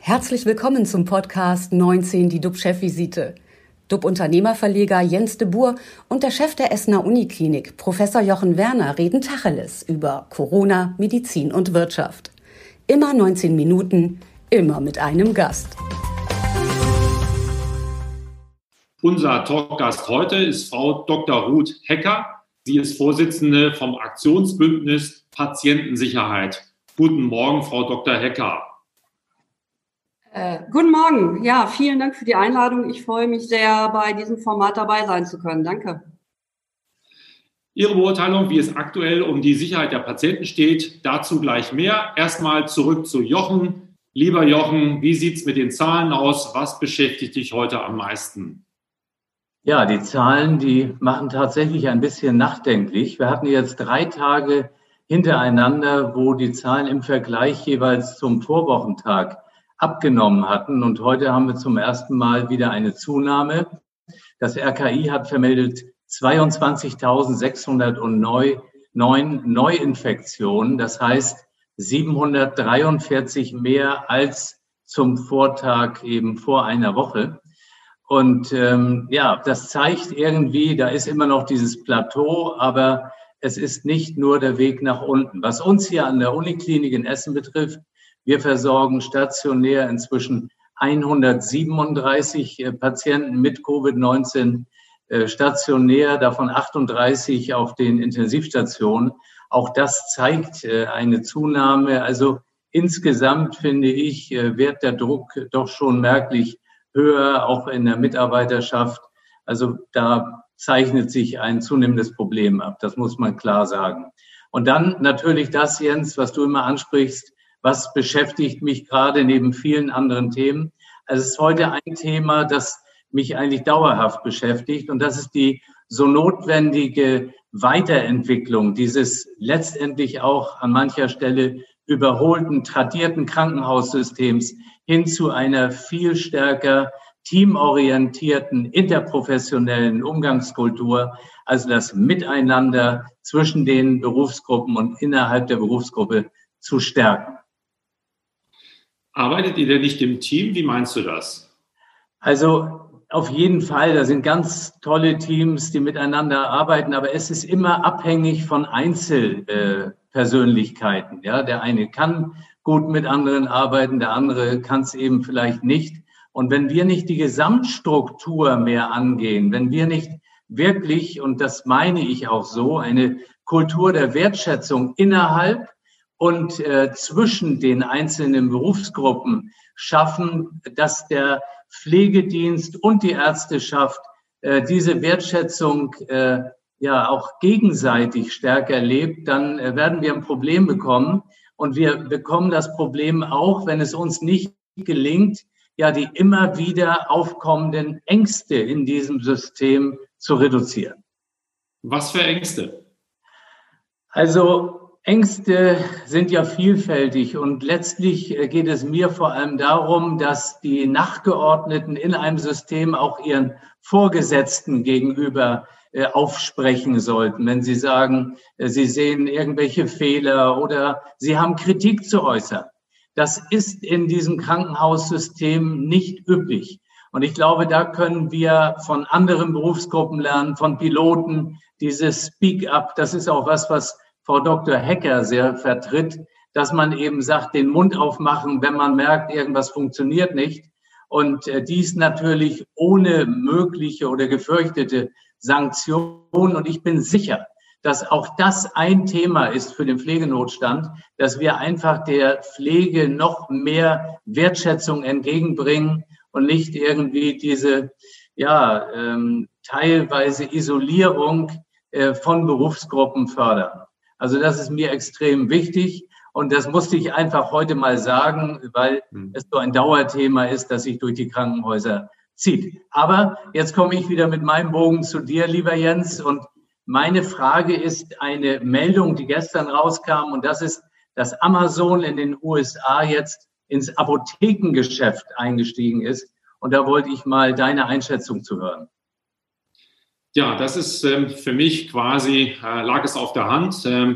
Herzlich willkommen zum Podcast 19, die DUB-Chefvisite. DUB-Unternehmerverleger Jens de Boer und der Chef der Essener Uniklinik, Professor Jochen Werner, reden Tacheles über Corona, Medizin und Wirtschaft. Immer 19 Minuten, immer mit einem Gast. Unser Talkgast heute ist Frau Dr. Ruth Hecker. Sie ist Vorsitzende vom Aktionsbündnis Patientensicherheit. Guten Morgen, Frau Dr. Hecker. Guten Morgen. Ja, vielen Dank für die Einladung. Ich freue mich sehr, bei diesem Format dabei sein zu können. Danke. Ihre Beurteilung, wie es aktuell um die Sicherheit der Patienten steht, dazu gleich mehr. Erstmal zurück zu Jochen. Lieber Jochen, wie sieht es mit den Zahlen aus? Was beschäftigt dich heute am meisten? Ja, die Zahlen, die machen tatsächlich ein bisschen nachdenklich. Wir hatten jetzt 3 Tage hintereinander, wo die Zahlen im Vergleich jeweils zum Vorwochentag abgenommen hatten. Und heute haben wir zum ersten Mal wieder eine Zunahme. Das RKI hat vermeldet 22.609 Neuinfektionen. Das heißt 743 mehr als zum Vortag eben vor einer Woche. Und das zeigt irgendwie, da ist immer noch dieses Plateau, aber es ist nicht nur der Weg nach unten. Was uns hier an der Uniklinik in Essen betrifft, wir versorgen stationär inzwischen 137 Patienten mit Covid-19 stationär, davon 38 auf den Intensivstationen. Auch das zeigt eine Zunahme. Also insgesamt, finde ich, wird der Druck doch schon merklich höher, auch in der Mitarbeiterschaft. Also da zeichnet sich ein zunehmendes Problem ab. Das muss man klar sagen. Und dann natürlich das, Jens, was du immer ansprichst, was beschäftigt mich gerade neben vielen anderen Themen. Also es ist heute ein Thema, das mich eigentlich dauerhaft beschäftigt. Und das ist die so notwendige Weiterentwicklung dieses letztendlich auch an mancher Stelle überholten, tradierten Krankenhaussystems hin zu einer viel stärker teamorientierten, interprofessionellen Umgangskultur, also das Miteinander zwischen den Berufsgruppen und innerhalb der Berufsgruppe zu stärken. Arbeitet ihr denn nicht im Team? Wie meinst du das? Also auf jeden Fall, da sind ganz tolle Teams, die miteinander arbeiten, aber es ist immer abhängig von Einzelpersönlichkeiten. Ja, der eine kann gut mit anderen arbeiten, der andere kann es eben vielleicht nicht. Und wenn wir nicht die Gesamtstruktur mehr angehen, wenn wir nicht wirklich, und das meine ich auch so, eine Kultur der Wertschätzung innerhalb und zwischen den einzelnen Berufsgruppen schaffen, dass der Pflegedienst und die Ärzteschaft diese Wertschätzung auch gegenseitig stärker lebt, dann werden wir ein Problem bekommen. Und wir bekommen das Problem auch, wenn es uns nicht gelingt, ja die immer wieder aufkommenden Ängste in diesem System zu reduzieren. Was für Ängste? Also Ängste sind ja vielfältig und letztlich geht es mir vor allem darum, dass die Nachgeordneten in einem System auch ihren Vorgesetzten gegenüber aufsprechen sollten, wenn sie sagen, sie sehen irgendwelche Fehler oder sie haben Kritik zu äußern. Das ist in diesem Krankenhaussystem nicht üblich. Und ich glaube, da können wir von anderen Berufsgruppen lernen, von Piloten, dieses Speak-up, das ist auch was Frau Dr. Hecker sehr vertritt, dass man eben sagt, den Mund aufmachen, wenn man merkt, irgendwas funktioniert nicht. Und dies natürlich ohne mögliche oder gefürchtete Sanktionen. Und ich bin sicher, dass auch das ein Thema ist für den Pflegenotstand, dass wir einfach der Pflege noch mehr Wertschätzung entgegenbringen und nicht irgendwie diese teilweise Isolierung von Berufsgruppen fördern. Also das ist mir extrem wichtig und das musste ich einfach heute mal sagen, weil es so ein Dauerthema ist, das sich durch die Krankenhäuser zieht. Aber jetzt komme ich wieder mit meinem Bogen zu dir, lieber Jens, und meine Frage ist eine Meldung, die gestern rauskam, und das ist, dass Amazon in den USA jetzt ins Apothekengeschäft eingestiegen ist. Und da wollte ich mal deine Einschätzung zu hören. Ja, das ist für mich quasi, lag es auf der Hand.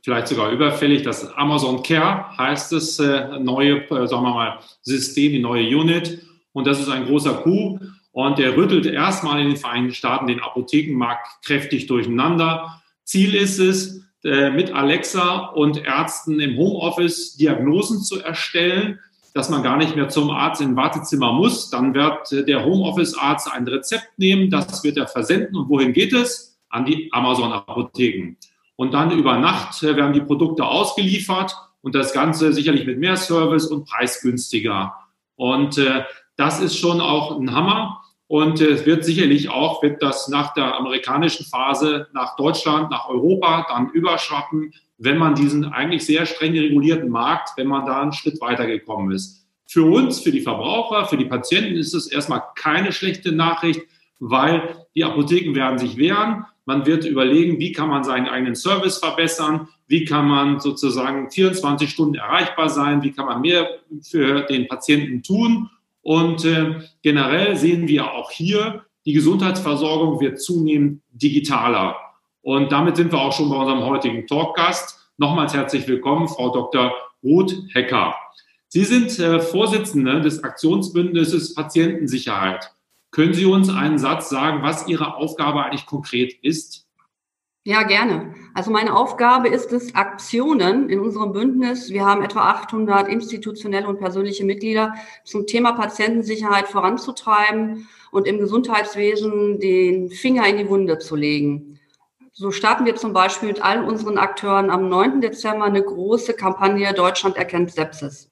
vielleicht sogar überfällig. Das Amazon Care heißt das neue, sagen wir mal, System, die neue Unit. Und das ist ein großer Coup. Und der rüttelt erstmal in den Vereinigten Staaten den Apothekenmarkt kräftig durcheinander. Ziel ist es, mit Alexa und Ärzten im Homeoffice Diagnosen zu erstellen, dass man gar nicht mehr zum Arzt im Wartezimmer muss. Dann wird der Homeoffice-Arzt ein Rezept nehmen, das wird er versenden. Und wohin geht es? An die Amazon-Apotheken. Und dann über Nacht werden die Produkte ausgeliefert und das Ganze sicherlich mit mehr Service und preisgünstiger. Und das ist schon auch ein Hammer. Und es wird sicherlich auch, wird das nach der amerikanischen Phase nach Deutschland, nach Europa dann überschwappen, wenn man diesen eigentlich sehr streng regulierten Markt, wenn man da einen Schritt weitergekommen ist. Für uns, für die Verbraucher, für die Patienten ist es erstmal keine schlechte Nachricht, weil die Apotheken werden sich wehren. Man wird überlegen, wie kann man seinen eigenen Service verbessern, wie kann man sozusagen 24 Stunden erreichbar sein, wie kann man mehr für den Patienten tun. Und generell sehen wir auch hier, die Gesundheitsversorgung wird zunehmend digitaler. Und damit sind wir auch schon bei unserem heutigen Talkgast. Nochmals herzlich willkommen, Frau Dr. Ruth Hecker. Sie sind Vorsitzende des Aktionsbündnisses Patientensicherheit. Können Sie uns einen Satz sagen, was Ihre Aufgabe eigentlich konkret ist? Ja, gerne. Also meine Aufgabe ist es, Aktionen in unserem Bündnis, wir haben etwa 800 institutionelle und persönliche Mitglieder, zum Thema Patientensicherheit voranzutreiben und im Gesundheitswesen den Finger in die Wunde zu legen. So starten wir zum Beispiel mit allen unseren Akteuren am 9. Dezember eine große Kampagne Deutschland erkennt Sepsis.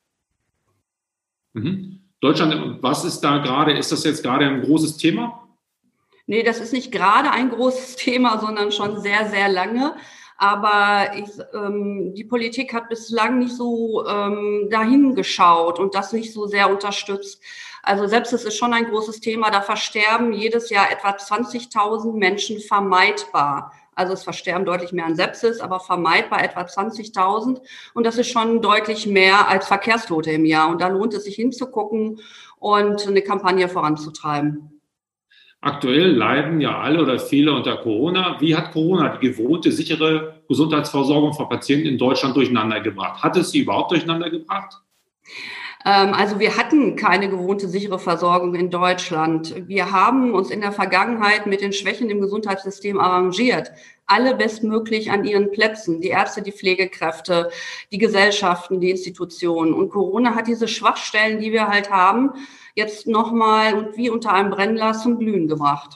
Deutschland, was ist da gerade, ist das jetzt gerade ein großes Thema? Nee, das ist nicht gerade ein großes Thema, sondern schon sehr, sehr lange. Aber die Politik hat bislang nicht so dahin geschaut und das nicht so sehr unterstützt. Also Sepsis ist schon ein großes Thema. Da versterben jedes Jahr etwa 20.000 Menschen vermeidbar. Also es versterben deutlich mehr an Sepsis, aber vermeidbar etwa 20.000. Und das ist schon deutlich mehr als Verkehrstote im Jahr. Und da lohnt es sich hinzugucken und eine Kampagne voranzutreiben. Aktuell leiden ja alle oder viele unter Corona. Wie hat Corona die gewohnte, sichere Gesundheitsversorgung von Patienten in Deutschland durcheinander gebracht? Hat es sie überhaupt durcheinander gebracht? Also wir hatten keine gewohnte, sichere Versorgung in Deutschland. Wir haben uns in der Vergangenheit mit den Schwächen im Gesundheitssystem arrangiert. Alle bestmöglich an ihren Plätzen. Die Ärzte, die Pflegekräfte, die Gesellschaften, die Institutionen. Und Corona hat diese Schwachstellen, die wir halt haben, jetzt nochmal und wie unter einem Brennglas zum Glühen gebracht.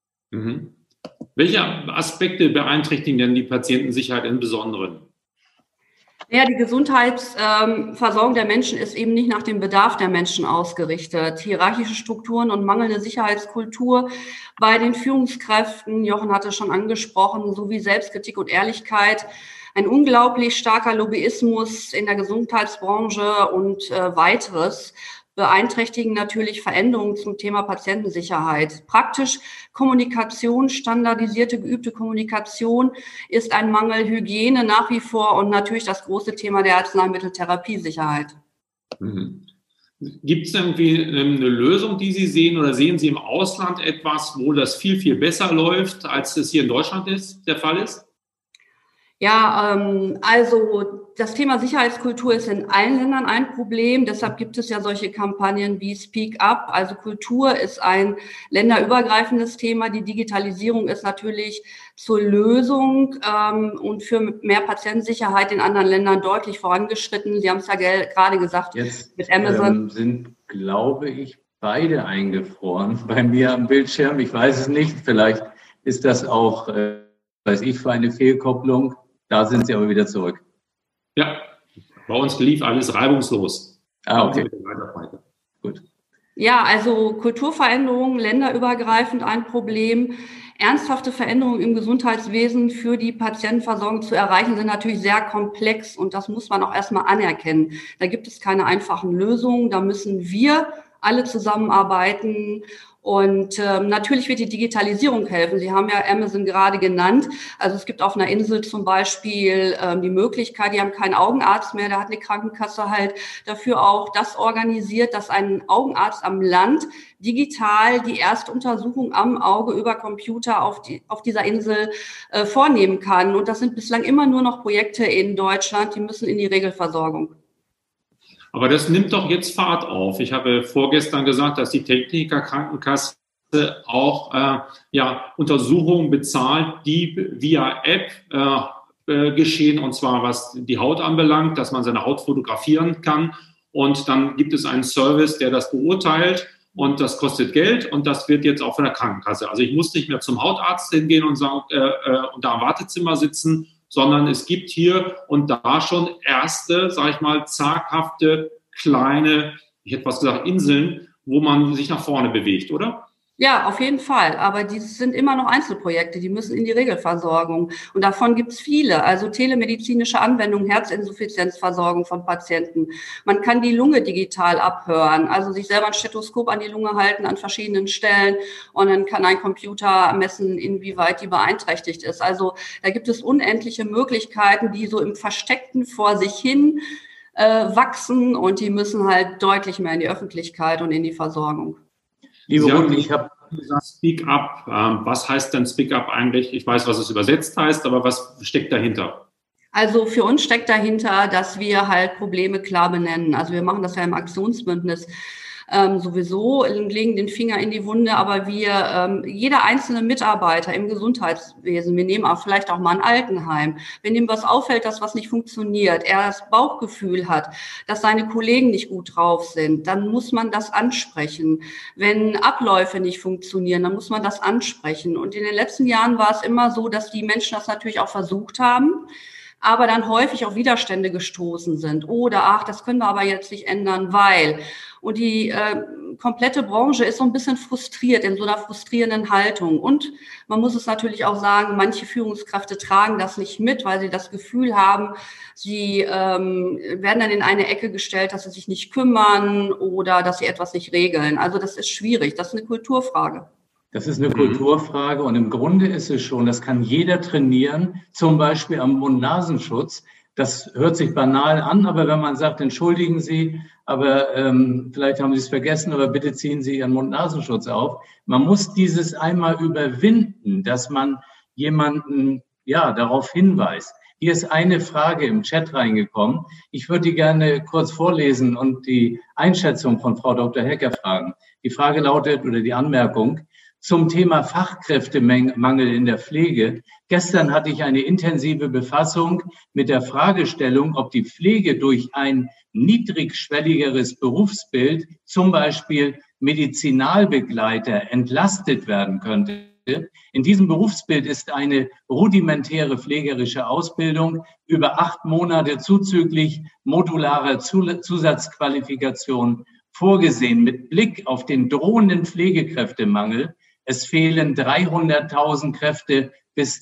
Welche Aspekte beeinträchtigen denn die Patientensicherheit im Besonderen? Ja, die Gesundheitsversorgung der Menschen ist eben nicht nach dem Bedarf der Menschen ausgerichtet. Hierarchische Strukturen und mangelnde Sicherheitskultur bei den Führungskräften, Jochen hatte schon angesprochen, sowie Selbstkritik und Ehrlichkeit. Ein unglaublich starker Lobbyismus in der Gesundheitsbranche und weiteres beeinträchtigen natürlich Veränderungen zum Thema Patientensicherheit. Praktisch Kommunikation, standardisierte, geübte Kommunikation ist ein Mangel, Hygiene nach wie vor und natürlich das große Thema der Arzneimitteltherapiesicherheit. Gibt es irgendwie eine Lösung, die Sie sehen, oder sehen Sie im Ausland etwas, wo das viel, viel besser läuft, als es hier in Deutschland der Fall ist? Ja, also das Thema Sicherheitskultur ist in allen Ländern ein Problem. Deshalb gibt es ja solche Kampagnen wie Speak Up. Also Kultur ist ein länderübergreifendes Thema. Die Digitalisierung ist natürlich zur Lösung und für mehr Patientensicherheit in anderen Ländern deutlich vorangeschritten. Sie haben es ja gerade gesagt, jetzt mit Amazon. Sind, glaube ich, beide eingefroren bei mir am Bildschirm. Ich weiß es nicht. Vielleicht ist das auch, weiß ich, für eine Fehlkopplung. Da sind Sie aber wieder zurück. Ja, bei uns lief alles reibungslos. Okay. Gut. Ja, also Kulturveränderungen, länderübergreifend ein Problem. Ernsthafte Veränderungen im Gesundheitswesen für die Patientenversorgung zu erreichen, sind natürlich sehr komplex und das muss man auch erstmal anerkennen. Da gibt es keine einfachen Lösungen. Da müssen wir alle zusammenarbeiten. Und natürlich wird die Digitalisierung helfen. Sie haben ja Amazon gerade genannt. Also es gibt auf einer Insel zum Beispiel die Möglichkeit, die haben keinen Augenarzt mehr, da hat eine Krankenkasse halt dafür auch das organisiert, dass ein Augenarzt am Land digital die erste Untersuchung am Auge über Computer auf dieser Insel vornehmen kann. Und das sind bislang immer nur noch Projekte in Deutschland, die müssen in die Regelversorgung. Aber das nimmt doch jetzt Fahrt auf. Ich habe vorgestern gesagt, dass die Techniker Krankenkasse auch Untersuchungen bezahlt, die via App geschehen, und zwar was die Haut anbelangt, dass man seine Haut fotografieren kann. Und dann gibt es einen Service, der das beurteilt, und das kostet Geld, und das wird jetzt auch von der Krankenkasse. Also ich muss nicht mehr zum Hautarzt hingehen und sagen, und da im Wartezimmer sitzen, sondern es gibt hier und da schon erste, sage ich mal, zaghafte, kleine, ich hätte was gesagt, Inseln, wo man sich nach vorne bewegt, oder? Ja, auf jeden Fall. Aber die sind immer noch Einzelprojekte, die müssen in die Regelversorgung. Und davon gibt es viele. Also telemedizinische Anwendungen, Herzinsuffizienzversorgung von Patienten. Man kann die Lunge digital abhören, also sich selber ein Stethoskop an die Lunge halten an verschiedenen Stellen, und dann kann ein Computer messen, inwieweit die beeinträchtigt ist. Also da gibt es unendliche Möglichkeiten, die so im Versteckten vor sich hin wachsen, und die müssen halt deutlich mehr in die Öffentlichkeit und in die Versorgung. Liebe Ruth, ich habe gesagt, Speak Up. Was heißt denn Speak Up eigentlich? Ich weiß, was es übersetzt heißt, aber was steckt dahinter? Also für uns steckt dahinter, dass wir halt Probleme klar benennen. Also wir machen das ja im Aktionsbündnis sowieso, legen den Finger in die Wunde, aber jeder einzelne Mitarbeiter im Gesundheitswesen, wir nehmen auch vielleicht auch mal ein Altenheim, wenn ihm was auffällt, dass was nicht funktioniert, er das Bauchgefühl hat, dass seine Kollegen nicht gut drauf sind, dann muss man das ansprechen. Wenn Abläufe nicht funktionieren, dann muss man das ansprechen. Und in den letzten Jahren war es immer so, dass die Menschen das natürlich auch versucht haben, aber dann häufig auf Widerstände gestoßen sind. Oder, das können wir aber jetzt nicht ändern, weil. Und die komplette Branche ist so ein bisschen frustriert, in so einer frustrierenden Haltung. Und man muss es natürlich auch sagen, manche Führungskräfte tragen das nicht mit, weil sie das Gefühl haben, sie werden dann in eine Ecke gestellt, dass sie sich nicht kümmern oder dass sie etwas nicht regeln. Also das ist schwierig, das ist eine Kulturfrage. Das ist eine Kulturfrage, und im Grunde ist es schon, das kann jeder trainieren, zum Beispiel am Mund-Nasenschutz. Das hört sich banal an, aber wenn man sagt, entschuldigen Sie, aber vielleicht haben Sie es vergessen, aber bitte ziehen Sie Ihren Mund-Nasenschutz auf. Man muss dieses einmal überwinden, dass man jemanden darauf hinweist. Hier ist eine Frage im Chat reingekommen. Ich würde die gerne kurz vorlesen und die Einschätzung von Frau Dr. Hecker fragen. Die Frage lautet, oder die Anmerkung, zum Thema Fachkräftemangel in der Pflege. Gestern hatte ich eine intensive Befassung mit der Fragestellung, ob die Pflege durch ein niedrigschwelligeres Berufsbild, zum Beispiel Medizinalbegleiter, entlastet werden könnte. In diesem Berufsbild ist eine rudimentäre pflegerische Ausbildung über 8 Monate zuzüglich modularer Zusatzqualifikation vorgesehen. Mit Blick auf den drohenden Pflegekräftemangel, es fehlen 300.000 Kräfte bis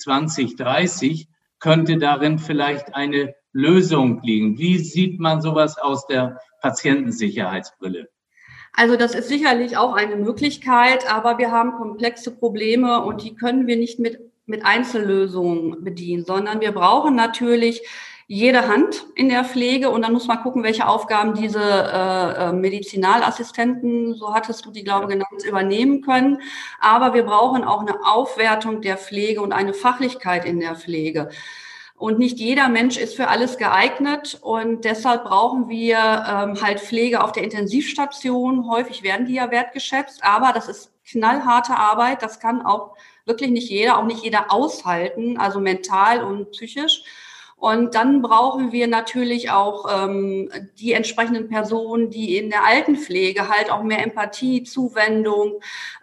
2030, könnte darin vielleicht eine Lösung liegen. Wie sieht man sowas aus der Patientensicherheitsbrille? Also das ist sicherlich auch eine Möglichkeit, aber wir haben komplexe Probleme, und die können wir nicht mit Einzellösungen bedienen, sondern wir brauchen natürlich jede Hand in der Pflege, und dann muss man gucken, welche Aufgaben diese Medizinalassistenten, so hattest du die, glaube ich, genannt, übernehmen können. Aber wir brauchen auch eine Aufwertung der Pflege und eine Fachlichkeit in der Pflege. Und nicht jeder Mensch ist für alles geeignet, und deshalb brauchen wir halt Pflege auf der Intensivstation. Häufig werden die ja wertgeschätzt, aber das ist knallharte Arbeit. Das kann auch wirklich nicht jeder aushalten, also mental und psychisch. Und dann brauchen wir natürlich auch die entsprechenden Personen, die in der Altenpflege halt auch mehr Empathie, Zuwendung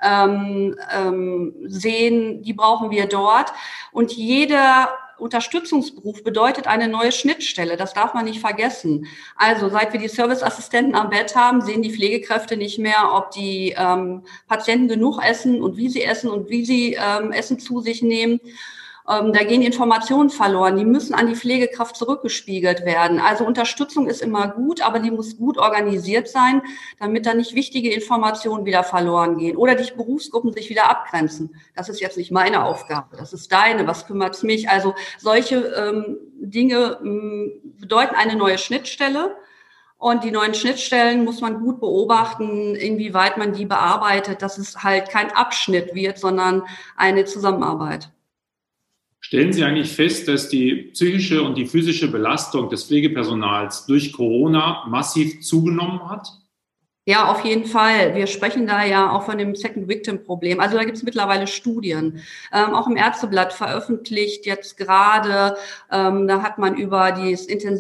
sehen. Die brauchen wir dort. Und jeder Unterstützungsberuf bedeutet eine neue Schnittstelle. Das darf man nicht vergessen. Also seit wir die Serviceassistenten am Bett haben, sehen die Pflegekräfte nicht mehr, ob die Patienten genug essen und wie sie Essen zu sich nehmen. Da gehen Informationen verloren, die müssen an die Pflegekraft zurückgespiegelt werden. Also Unterstützung ist immer gut, aber die muss gut organisiert sein, damit da nicht wichtige Informationen wieder verloren gehen oder die Berufsgruppen sich wieder abgrenzen. Das ist jetzt nicht meine Aufgabe, das ist deine, was kümmert es mich? Also solche Dinge bedeuten eine neue Schnittstelle. Und die neuen Schnittstellen muss man gut beobachten, inwieweit man die bearbeitet, dass es halt kein Abschnitt wird, sondern eine Zusammenarbeit. Stellen Sie eigentlich fest, dass die psychische und die physische Belastung des Pflegepersonals durch Corona massiv zugenommen hat? Ja, auf jeden Fall. Wir sprechen da ja auch von dem Second-Victim-Problem. Also da gibt es mittlerweile Studien, auch im Ärzteblatt veröffentlicht jetzt gerade. Da hat man über die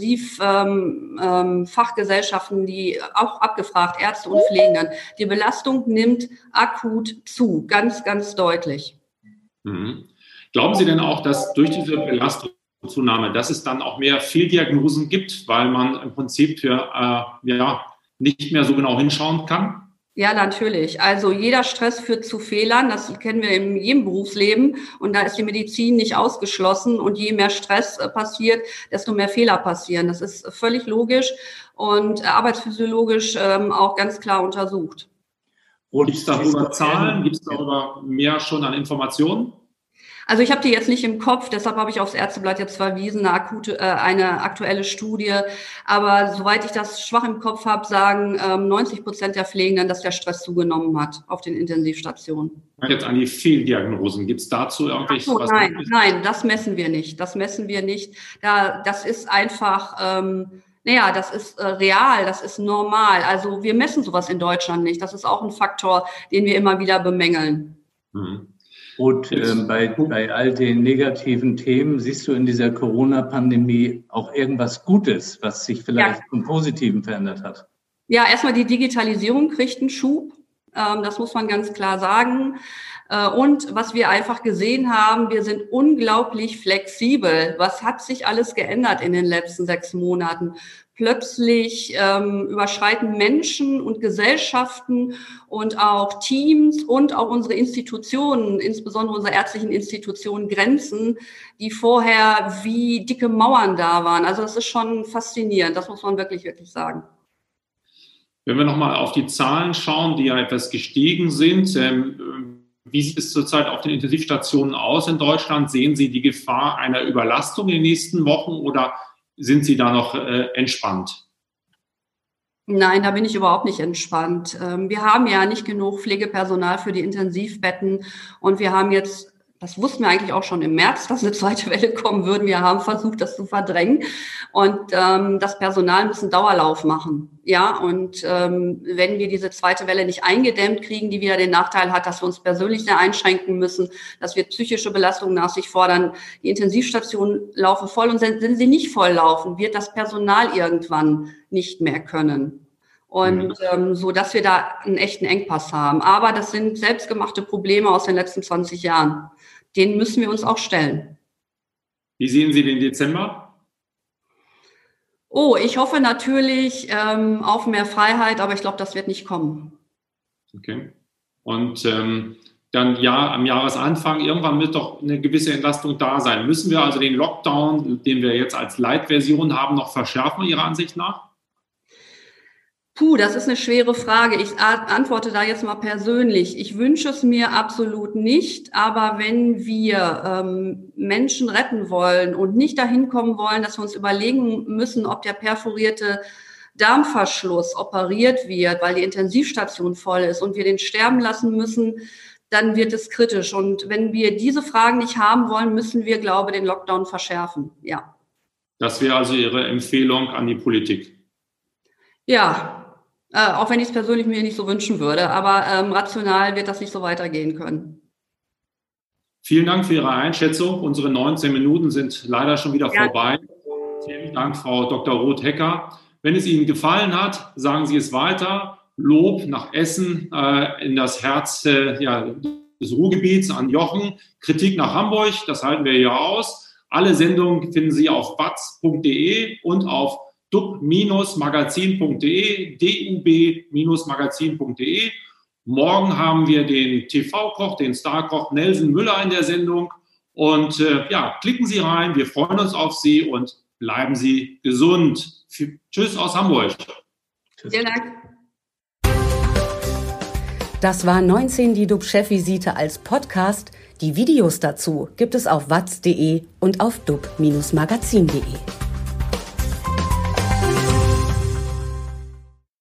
Intensivfachgesellschaften, die auch abgefragt, Ärzte und Pflegenden. Die Belastung nimmt akut zu, ganz, ganz deutlich. Mhm. Glauben Sie denn auch, dass durch diese Belastungszunahme, dass es dann auch mehr Fehldiagnosen gibt, weil man im Prinzip für nicht mehr so genau hinschauen kann? Ja, natürlich. Also jeder Stress führt zu Fehlern. Das kennen wir in jedem Berufsleben. Und da ist die Medizin nicht ausgeschlossen. Und je mehr Stress passiert, desto mehr Fehler passieren. Das ist völlig logisch und arbeitsphysiologisch auch ganz klar untersucht. Gibt es darüber Zahlen? Gibt es darüber mehr schon an Informationen? Also ich habe die jetzt nicht im Kopf, deshalb habe ich aufs Ärzteblatt jetzt verwiesen, eine aktuelle Studie. Aber soweit ich das schwach im Kopf habe, sagen 90% der Pflegenden, dass der Stress zugenommen hat auf den Intensivstationen. Jetzt an die Fehldiagnosen. Gibt es dazu irgendwelches? Nein, das messen wir nicht. Das ist einfach, das ist real, das ist normal. Also wir messen sowas in Deutschland nicht. Das ist auch ein Faktor, den wir immer wieder bemängeln. Mhm. Und bei all den negativen Themen siehst du in dieser Corona-Pandemie auch irgendwas Gutes, was sich vielleicht zum Positiven verändert hat? Ja, erstmal die Digitalisierung kriegt einen Schub. Das muss man ganz klar sagen. Und was wir einfach gesehen haben, wir sind unglaublich flexibel. Was hat sich alles geändert in den letzten 6 Monaten? Plötzlich überschreiten Menschen und Gesellschaften und auch Teams und auch unsere Institutionen, insbesondere unsere ärztlichen Institutionen, Grenzen, die vorher wie dicke Mauern da waren. Also das ist schon faszinierend, das muss man wirklich, wirklich sagen. Wenn wir nochmal auf die Zahlen schauen, die ja etwas gestiegen sind, wie sieht es zurzeit auf den Intensivstationen aus in Deutschland? Sehen Sie die Gefahr einer Überlastung in den nächsten Wochen oder sind Sie da noch entspannt? Nein, da bin ich überhaupt nicht entspannt. Wir haben ja nicht genug Pflegepersonal für die Intensivbetten und wir haben jetzt, das wussten wir eigentlich auch schon im März, dass eine zweite Welle kommen würde. Wir haben versucht, das zu verdrängen und das Personal muss einen Dauerlauf machen. Ja, und wenn wir diese zweite Welle nicht eingedämmt kriegen, die wieder den Nachteil hat, dass wir uns persönlich sehr einschränken müssen, dass wir psychische Belastungen nach sich fordern. Die Intensivstationen laufen voll und wenn sie nicht voll laufen, wird das Personal irgendwann nicht mehr können. Und so, dass wir da einen echten Engpass haben. Aber das sind selbstgemachte Probleme aus den letzten 20 Jahren. Denen müssen wir uns auch stellen. Wie sehen Sie den Dezember? Oh, ich hoffe natürlich auf mehr Freiheit, aber ich glaube, das wird nicht kommen. Okay. Und dann am Jahresanfang, irgendwann wird doch eine gewisse Entlastung da sein. Müssen wir also den Lockdown, den wir jetzt als Light-Version haben, noch verschärfen, Ihrer Ansicht nach? Das ist eine schwere Frage. Ich antworte da jetzt mal persönlich. Ich wünsche es mir absolut nicht, aber wenn wir Menschen retten wollen und nicht dahin kommen wollen, dass wir uns überlegen müssen, ob der perforierte Darmverschluss operiert wird, weil die Intensivstation voll ist und wir den sterben lassen müssen, dann wird es kritisch. Und wenn wir diese Fragen nicht haben wollen, müssen wir, glaube ich, den Lockdown verschärfen. Ja. Das wäre also Ihre Empfehlung an die Politik? Ja. Auch wenn ich es persönlich mir nicht so wünschen würde, aber rational wird das nicht so weitergehen können. Vielen Dank für Ihre Einschätzung. Unsere 19 Minuten sind leider schon wieder vorbei. Vielen Dank, Frau Dr. Roth-Hecker. Wenn es Ihnen gefallen hat, sagen Sie es weiter. Lob nach Essen in das Herz des Ruhrgebiets an Jochen. Kritik nach Hamburg, das halten wir hier aus. Alle Sendungen finden Sie auf batz.de und auf dub-magazin.de, dub-magazin.de. Morgen haben wir den TV-Koch, den Star-Koch Nelson Müller in der Sendung. Und klicken Sie rein. Wir freuen uns auf Sie und bleiben Sie gesund. Tschüss aus Hamburg. Tschüss. Vielen Dank. Das war 19 die DUB-Chefvisite als Podcast. Die Videos dazu gibt es auf watz.de und auf dub-magazin.de.